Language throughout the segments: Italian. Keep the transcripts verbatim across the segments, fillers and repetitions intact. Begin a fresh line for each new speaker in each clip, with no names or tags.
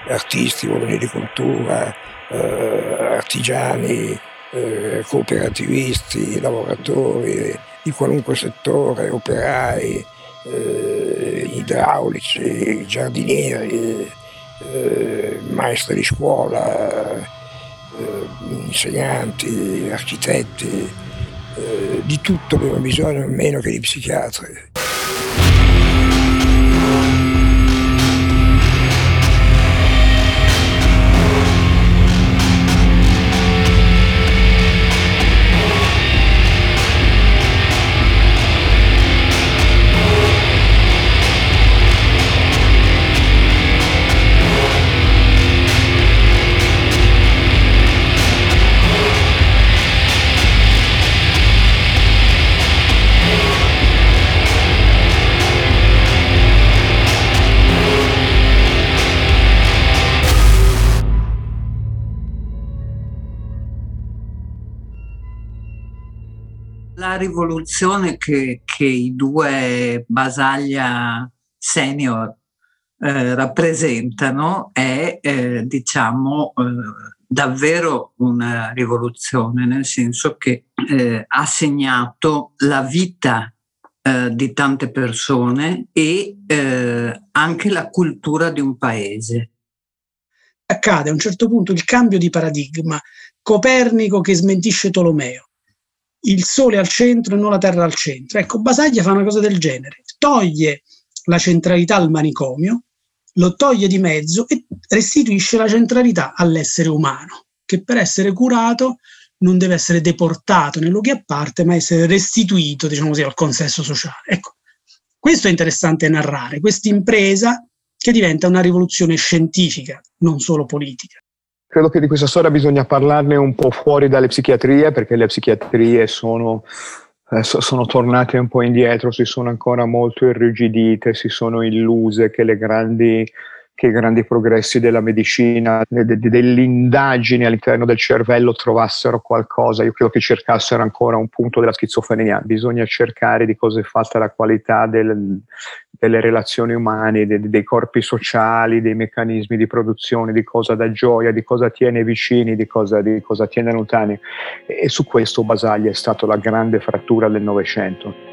artisti, uomini di cultura, eh, artigiani, eh, cooperativisti, lavoratori di qualunque settore, operai, eh, idraulici, giardinieri, eh, maestri di scuola, eh, insegnanti, architetti, eh, di tutto abbiamo bisogno, meno che di psichiatri.
La rivoluzione che, che i due Basaglia senior eh, rappresentano è, eh, diciamo, eh, davvero una rivoluzione, nel senso che eh, ha segnato la vita eh, di tante persone e eh, anche la cultura di un paese.
Accade a un certo punto il cambio di paradigma, Copernico che smentisce Tolomeo. Il sole al centro e non la terra al centro. Ecco, Basaglia fa una cosa del genere, toglie la centralità al manicomio, lo toglie di mezzo e restituisce la centralità all'essere umano, che per essere curato non deve essere deportato nei luoghi a parte, ma essere restituito, diciamo così, al consesso sociale. Ecco, questo è interessante narrare, questa impresa che diventa una rivoluzione scientifica, non solo politica.
Credo che di questa storia bisogna parlarne un po' fuori dalle psichiatrie, perché le psichiatrie sono, eh, sono tornate un po' indietro, si sono ancora molto irrigidite, si sono illuse che le grandi, che i grandi progressi della medicina, de, de, delle indagini all'interno del cervello trovassero qualcosa. Io credo che cercassero ancora un punto della schizofrenia. Bisogna cercare di cosa è fatta la qualità del, delle relazioni umane, de, dei corpi sociali, dei meccanismi di produzione, di cosa dà gioia, di cosa tiene vicini, di cosa, di cosa tiene lontani. E, e su questo Basaglia è stata la grande frattura del Novecento.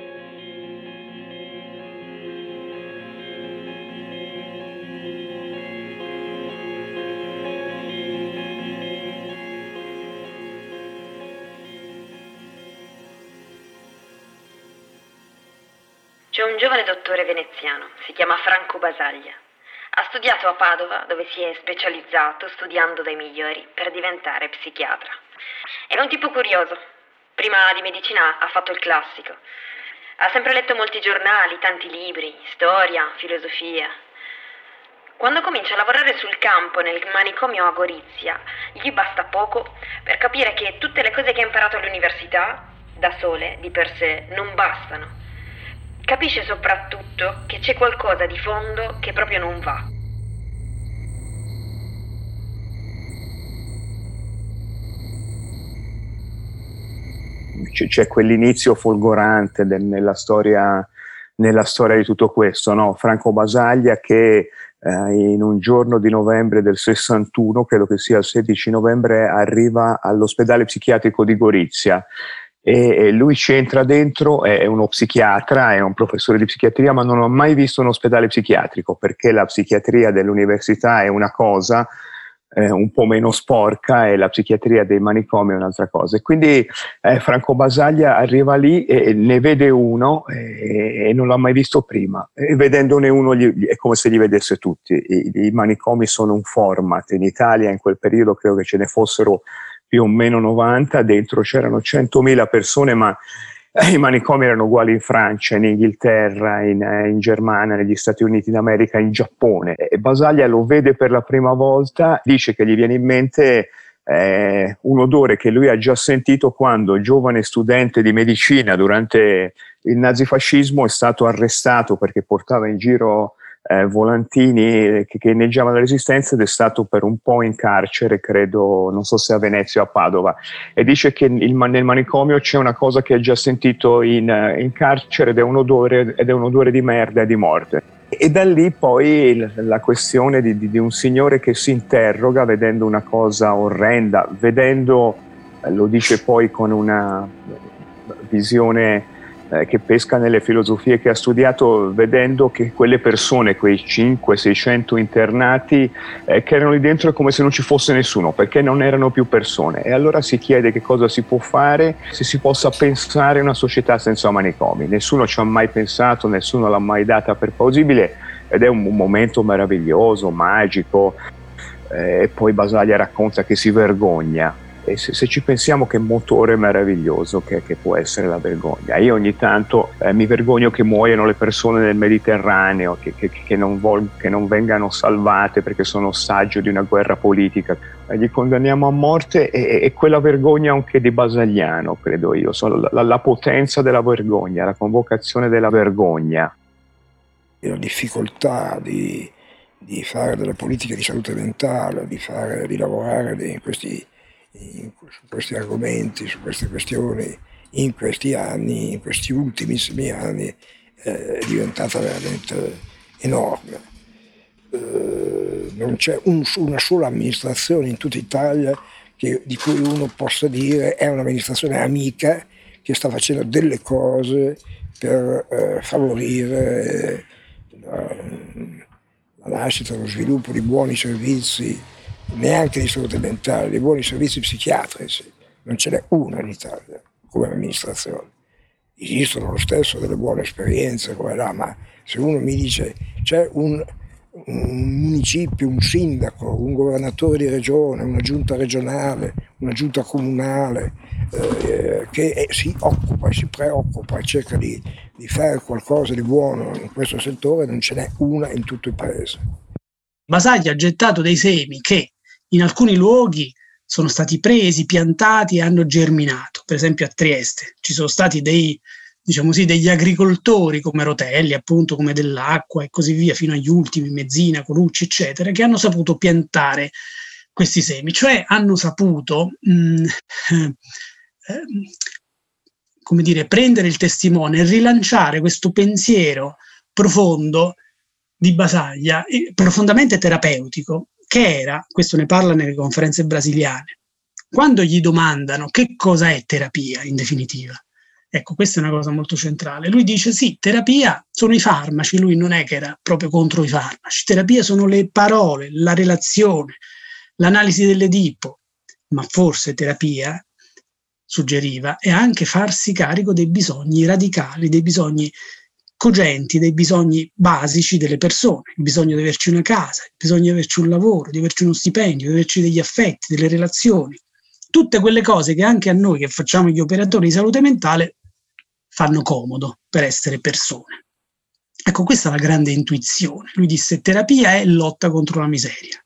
C'è un giovane dottore veneziano, si chiama Franco Basaglia. Ha studiato a Padova, dove si è specializzato studiando dai migliori per diventare psichiatra. Era un tipo curioso. Prima di medicina ha fatto il classico. Ha sempre letto molti giornali, tanti libri, storia, filosofia. Quando comincia a lavorare sul campo nel manicomio a Gorizia, gli basta poco per capire che tutte le cose che ha imparato all'università, da sole, di per sé, non bastano. Capisce soprattutto che c'è qualcosa di fondo che proprio non va.
C'è quell'inizio folgorante del, nella storia nella storia di tutto questo, no? Franco Basaglia che eh, in un giorno di novembre del sessantuno, credo che sia il sedici novembre, arriva all'ospedale psichiatrico di Gorizia. E lui ci entra dentro, è uno psichiatra, è un professore di psichiatria, ma non ho mai visto un ospedale psichiatrico, perché la psichiatria dell'università è una cosa eh, un po' meno sporca e la psichiatria dei manicomi è un'altra cosa. E quindi eh, Franco Basaglia arriva lì e ne vede uno e, e non l'ha mai visto prima. E vedendone uno gli, è come se li vedesse tutti. I, i manicomi sono un format. In Italia in quel periodo credo che ce ne fossero più o meno novanta, dentro c'erano centomila persone, ma eh, i manicomi erano uguali in Francia, in Inghilterra, in, eh, in Germania, negli Stati Uniti d'America, in Giappone. E Basaglia lo vede per la prima volta, dice che gli viene in mente eh, un odore che lui ha già sentito quando, giovane studente di medicina, durante il nazifascismo è stato arrestato perché portava in giro Eh, volantini che, che inneggiavano la resistenza ed è stato per un po' in carcere, credo, non so se a Venezia o a Padova, e dice che il, nel manicomio c'è una cosa che ha già sentito in, in carcere ed è un odore, ed è un odore di merda e di morte. E da lì poi la questione di, di, di un signore che si interroga vedendo una cosa orrenda, vedendo, eh, lo dice poi con una visione eh, che pesca nelle filosofie che ha studiato, vedendo che quelle persone, quei cinquecento seicento internati eh, che erano lì dentro, è come se non ci fosse nessuno, perché non erano più persone. E allora si chiede che cosa si può fare, se si possa pensare una società senza manicomi. Nessuno ci ha mai pensato, nessuno l'ha mai data per plausibile, ed è un, un momento meraviglioso, magico. Eh, e poi Basaglia racconta che si vergogna. E se, se ci pensiamo, che motore meraviglioso che, che può essere la vergogna. Io ogni tanto eh, mi vergogno che muoiano le persone nel Mediterraneo, che, che, che, non vol- che non vengano salvate perché sono ostaggio di una guerra politica. Eh, li condanniamo a morte, e, e quella vergogna anche di Basagliano, credo io, la, la, la potenza della vergogna, la convocazione della vergogna.
La difficoltà di, di fare della politica di salute mentale, di, fare, di lavorare in questi In, su questi argomenti, su queste questioni, in questi anni, in questi ultimissimi anni, eh, è diventata veramente enorme. Eh, non c'è un, una sola amministrazione in tutta Italia che, di cui uno possa dire è un'amministrazione amica che sta facendo delle cose per eh, favorire eh, la, la nascita, lo sviluppo di buoni servizi, neanche di salute mentale, dei buoni servizi psichiatrici. Non ce n'è una in Italia come amministrazione. Esistono lo stesso delle buone esperienze come là, ma se uno mi dice c'è un, un municipio, un sindaco, un governatore di regione, una giunta regionale, una giunta comunale eh, che è, si occupa, si preoccupa, cerca di, di fare qualcosa di buono in questo settore, non ce n'è una in tutto il paese.
Basaglia ha gettato dei semi che in alcuni luoghi sono stati presi, piantati e hanno germinato. Per esempio a Trieste ci sono stati dei, diciamo così, degli agricoltori come Rotelli, appunto, come Dell'Acqua e così via, fino agli ultimi, Mezzina, Colucci, eccetera, che hanno saputo piantare questi semi, cioè hanno saputo mh, eh, come dire, prendere il testimone e rilanciare questo pensiero profondo di Basaglia, profondamente terapeutico, che era, questo ne parla nelle conferenze brasiliane, quando gli domandano che cosa è terapia in definitiva, ecco, questa è una cosa molto centrale, lui dice sì, terapia sono i farmaci, lui non è che era proprio contro i farmaci, terapia sono le parole, la relazione, l'analisi dell'Edipo, ma forse terapia, suggeriva, è anche farsi carico dei bisogni radicali, dei bisogni cogenti, dei bisogni basici delle persone, il bisogno di averci una casa, il bisogno di averci un lavoro, di averci uno stipendio, di averci degli affetti, delle relazioni, tutte quelle cose che anche a noi che facciamo gli operatori di salute mentale fanno comodo per essere persone. Ecco, questa è la grande intuizione. Lui disse: terapia è lotta contro la miseria.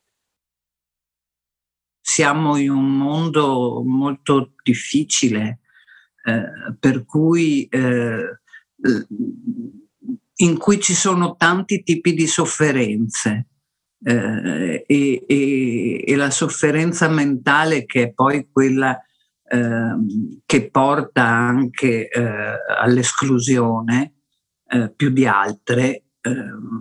Siamo in un mondo molto difficile, eh, per cui eh, in cui ci sono tanti tipi di sofferenze eh, e, e, e la sofferenza mentale, che è poi quella eh, che porta anche eh, all'esclusione eh, più di altre, eh,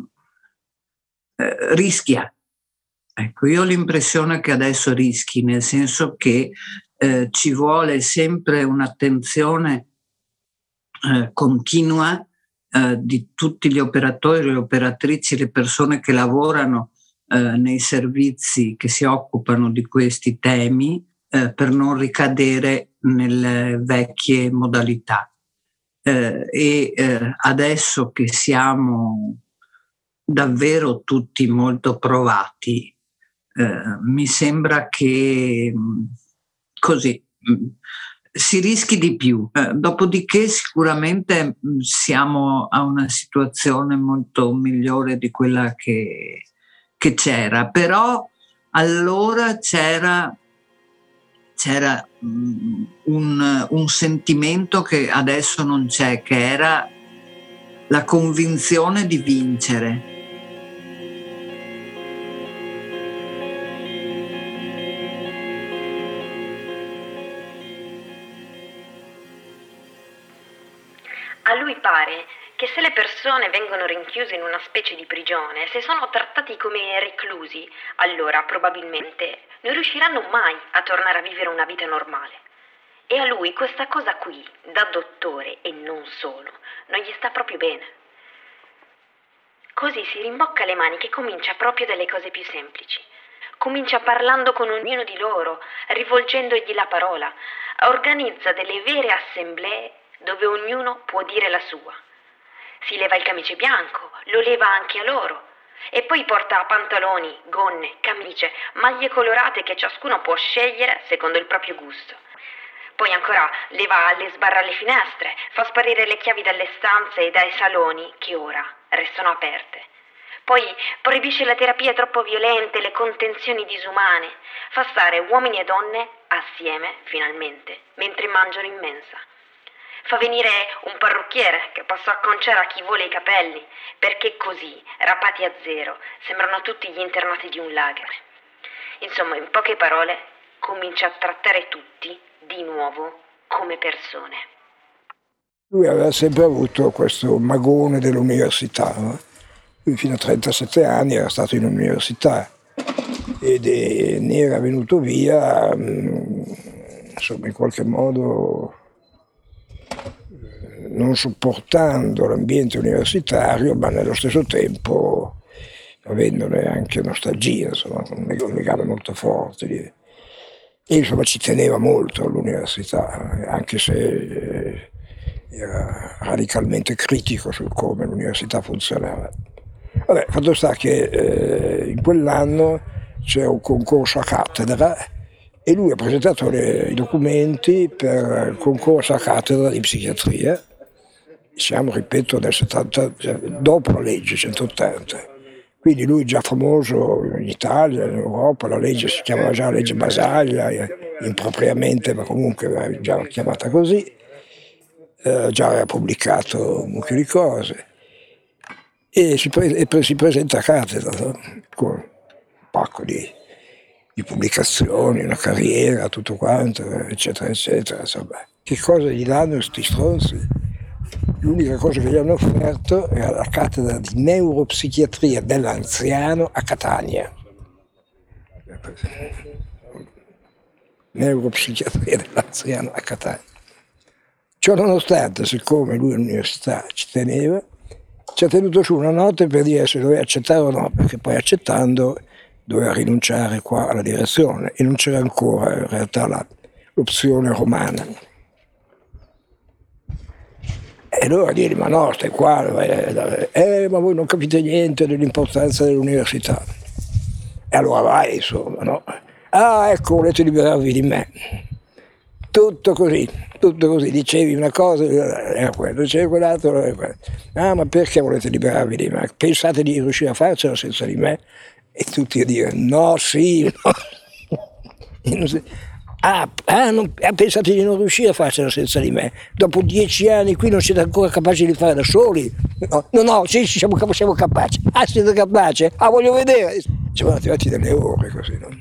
eh, rischia. Ecco, io ho l'impressione che adesso rischi, nel senso che eh, ci vuole sempre un'attenzione eh, continua eh, di tutti gli operatori, le operatrici, le persone che lavorano eh, nei servizi che si occupano di questi temi eh, per non ricadere nelle vecchie modalità. Eh, e eh, adesso che siamo davvero tutti molto provati, eh, mi sembra che così si rischi di più. Eh, dopodiché sicuramente siamo a una situazione molto migliore di quella che, che c'era, però allora c'era, c'era um, un, un sentimento che adesso non c'è, che era la convinzione di vincere.
A lui pare che se le persone vengono rinchiusi in una specie di prigione, se sono trattati come reclusi, allora probabilmente non riusciranno mai a tornare a vivere una vita normale. E a lui questa cosa qui, da dottore e non solo, non gli sta proprio bene. Così si rimbocca le maniche e comincia proprio dalle cose più semplici. Comincia parlando con ognuno di loro, rivolgendogli la parola. Organizza delle vere assemblee dove ognuno può dire la sua. Si leva il camice bianco, lo leva anche a loro. E poi porta pantaloni, gonne, camicie, maglie colorate che ciascuno può scegliere secondo il proprio gusto. Poi ancora leva le sbarre alle finestre, fa sparire le chiavi dalle stanze e dai saloni che ora restano aperte. Poi proibisce le terapie troppo violente, le contenzioni disumane, fa stare uomini e donne assieme, finalmente, mentre mangiano in mensa. Fa venire un parrucchiere che possa acconciare a chi vuole i capelli, perché così, rapati a zero, sembrano tutti gli internati di un lager. Insomma, in poche parole, comincia a trattare tutti, di nuovo, come persone.
Lui aveva sempre avuto questo magone dell'università, no? Lui fino a trentasette anni era stato in università ed è, ne era venuto via, insomma, in qualche modo non sopportando l'ambiente universitario, ma nello stesso tempo avendone anche nostalgia, insomma, un legame molto forte. E insomma ci teneva molto all'università, anche se era radicalmente critico su come l'università funzionava. Vabbè, fatto sta che eh, in quell'anno c'è un concorso a cattedra e lui ha presentato le, i documenti per il concorso a cattedra di psichiatria. Siamo, ripeto, nel settanta, dopo la legge centottanta. Quindi lui è già famoso in Italia, in Europa, la legge si chiamava già legge Basaglia, impropriamente, ma comunque era già chiamata così, eh, già aveva pubblicato un mucchio di cose. E si, pre- e pre- si presenta a cattedra, no? Con un pacco di, di pubblicazioni, una carriera, tutto quanto, eccetera, eccetera. Insomma, che cosa gli danno questi stronzi? L'unica cosa che gli hanno offerto era la cattedra di neuropsichiatria dell'anziano a Catania. Neuropsichiatria dell'anziano a Catania. Ciò nonostante, siccome lui all'università ci teneva, ci ha tenuto su una notte per dire se doveva accettare o no, perché poi accettando doveva rinunciare qua alla direzione e non c'era ancora in realtà la, l'opzione romana. E allora dire, ma no, stai qua, eh, ma voi non capite niente dell'importanza dell'università. E allora vai, insomma, no? Ah, ecco, volete liberarvi di me. Tutto così, tutto così, dicevi una cosa, era quello, dicevi quell'altro, era quello. Ah, ma perché volete liberarvi di me? Pensate di riuscire a farcela senza di me? E tutti a dire, no, sì, no. Ah, ah, non, ah, pensate di non riuscire a farcela senza di me? Dopo dieci anni qui non siete ancora capaci di fare da soli? No, no, no, sì, siamo, siamo capaci. Ah, siete capaci? Ah, voglio vedere. Ci sono arrivati delle ore così, no?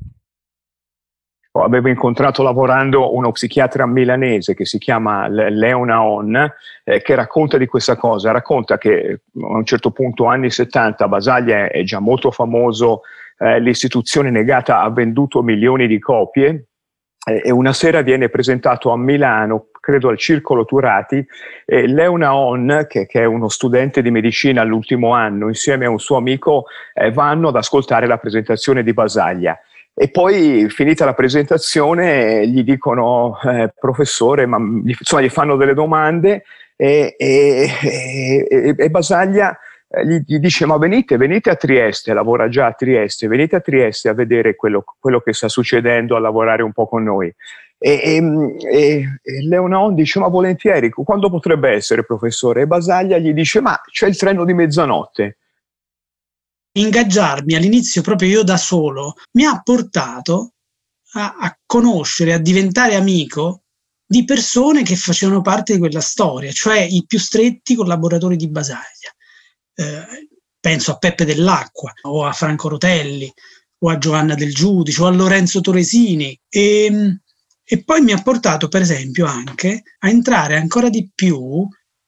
Avevo incontrato lavorando uno psichiatra milanese che si chiama Leo Naon, eh, che racconta di questa cosa. Racconta che a un certo punto, anni settanta, Basaglia è già molto famoso, eh, l'istituzione negata ha venduto milioni di copie. E una sera viene presentato a Milano, credo al Circolo Turati, e Leo Naon, che, che è uno studente di medicina all'ultimo anno, insieme a un suo amico, eh, vanno ad ascoltare la presentazione di Basaglia. E poi, finita la presentazione, gli dicono, eh, professore, ma insomma, gli fanno delle domande e, e, e, e Basaglia Gli, gli dice, ma venite, venite a Trieste, lavora già a Trieste, venite a Trieste a vedere quello, quello che sta succedendo, a lavorare un po' con noi. E, e, e, e Leo Naon dice, ma volentieri, quando potrebbe essere, professore? E Basaglia gli dice, ma c'è il treno di mezzanotte.
Ingaggiarmi all'inizio proprio io da solo mi ha portato a, a conoscere, a diventare amico di persone che facevano parte di quella storia, cioè i più stretti collaboratori di Basaglia. Eh, penso a Peppe Dell'Acqua o a Franco Rotelli o a Giovanna Del Giudice o a Lorenzo Toresini e, e poi mi ha portato per esempio anche a entrare ancora di più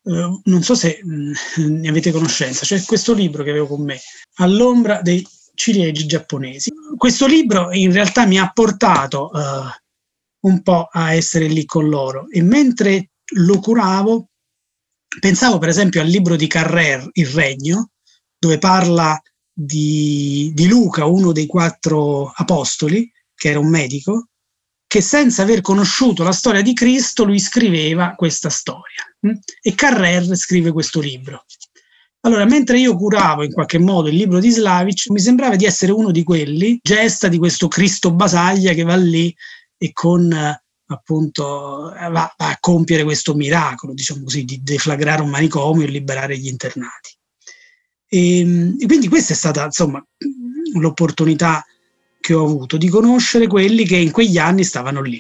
eh, non so se mh, ne avete conoscenza, c'è questo libro che avevo con me, All'ombra dei ciliegi giapponesi. Questo libro in realtà mi ha portato uh, un po' a essere lì con loro, e mentre lo curavo pensavo per esempio al libro di Carrère, Il Regno, dove parla di, di Luca, uno dei quattro apostoli, che era un medico, che senza aver conosciuto la storia di Cristo lui scriveva questa storia, e Carrère scrive questo libro. Allora, mentre io curavo in qualche modo il libro di Slavic, mi sembrava di essere uno di quelli, gesta di questo Cristo Basaglia che va lì e con appunto va, va a compiere questo miracolo, diciamo così, di deflagrare un manicomio e liberare gli internati. E, e quindi questa è stata, insomma, l'opportunità che ho avuto di conoscere quelli che in quegli anni stavano lì.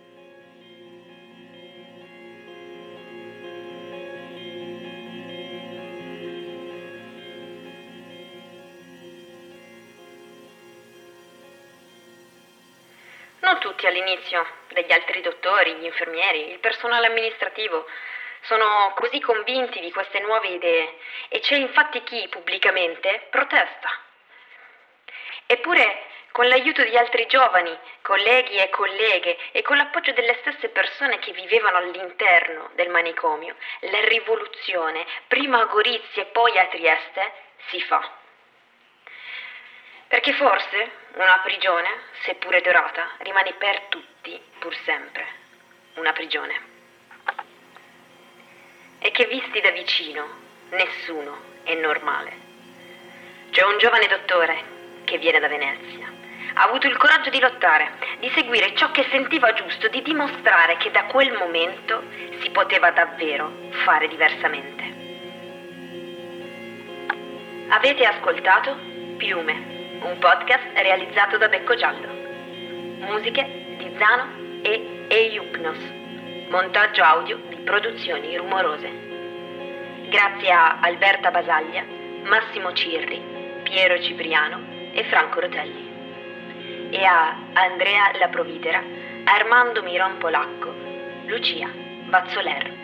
Non tutti all'inizio, degli altri dottori, gli infermieri, il personale amministrativo, sono così convinti di queste nuove idee, e c'è infatti chi pubblicamente protesta. Eppure, con l'aiuto di altri giovani, colleghi e colleghe, e con l'appoggio delle stesse persone che vivevano all'interno del manicomio, la rivoluzione, prima a Gorizia e poi a Trieste, si fa. Perché forse una prigione, seppure dorata, rimane per tutti, pur sempre, una prigione. E che visti da vicino, nessuno è normale. C'è un giovane dottore che viene da Venezia. Ha avuto il coraggio di lottare, di seguire ciò che sentiva giusto, di dimostrare che da quel momento si poteva davvero fare diversamente. Avete ascoltato Piume, un podcast realizzato da Becco Giallo. Musiche di Zano e Eupnos. Montaggio audio di Produzioni Rumorose. Grazie a Alberta Basaglia, Massimo Cirri, Piero Cipriano e Franco Rotelli. E a Andrea La Provitera, Armando Miron Polacco, Lucia Bazzoler.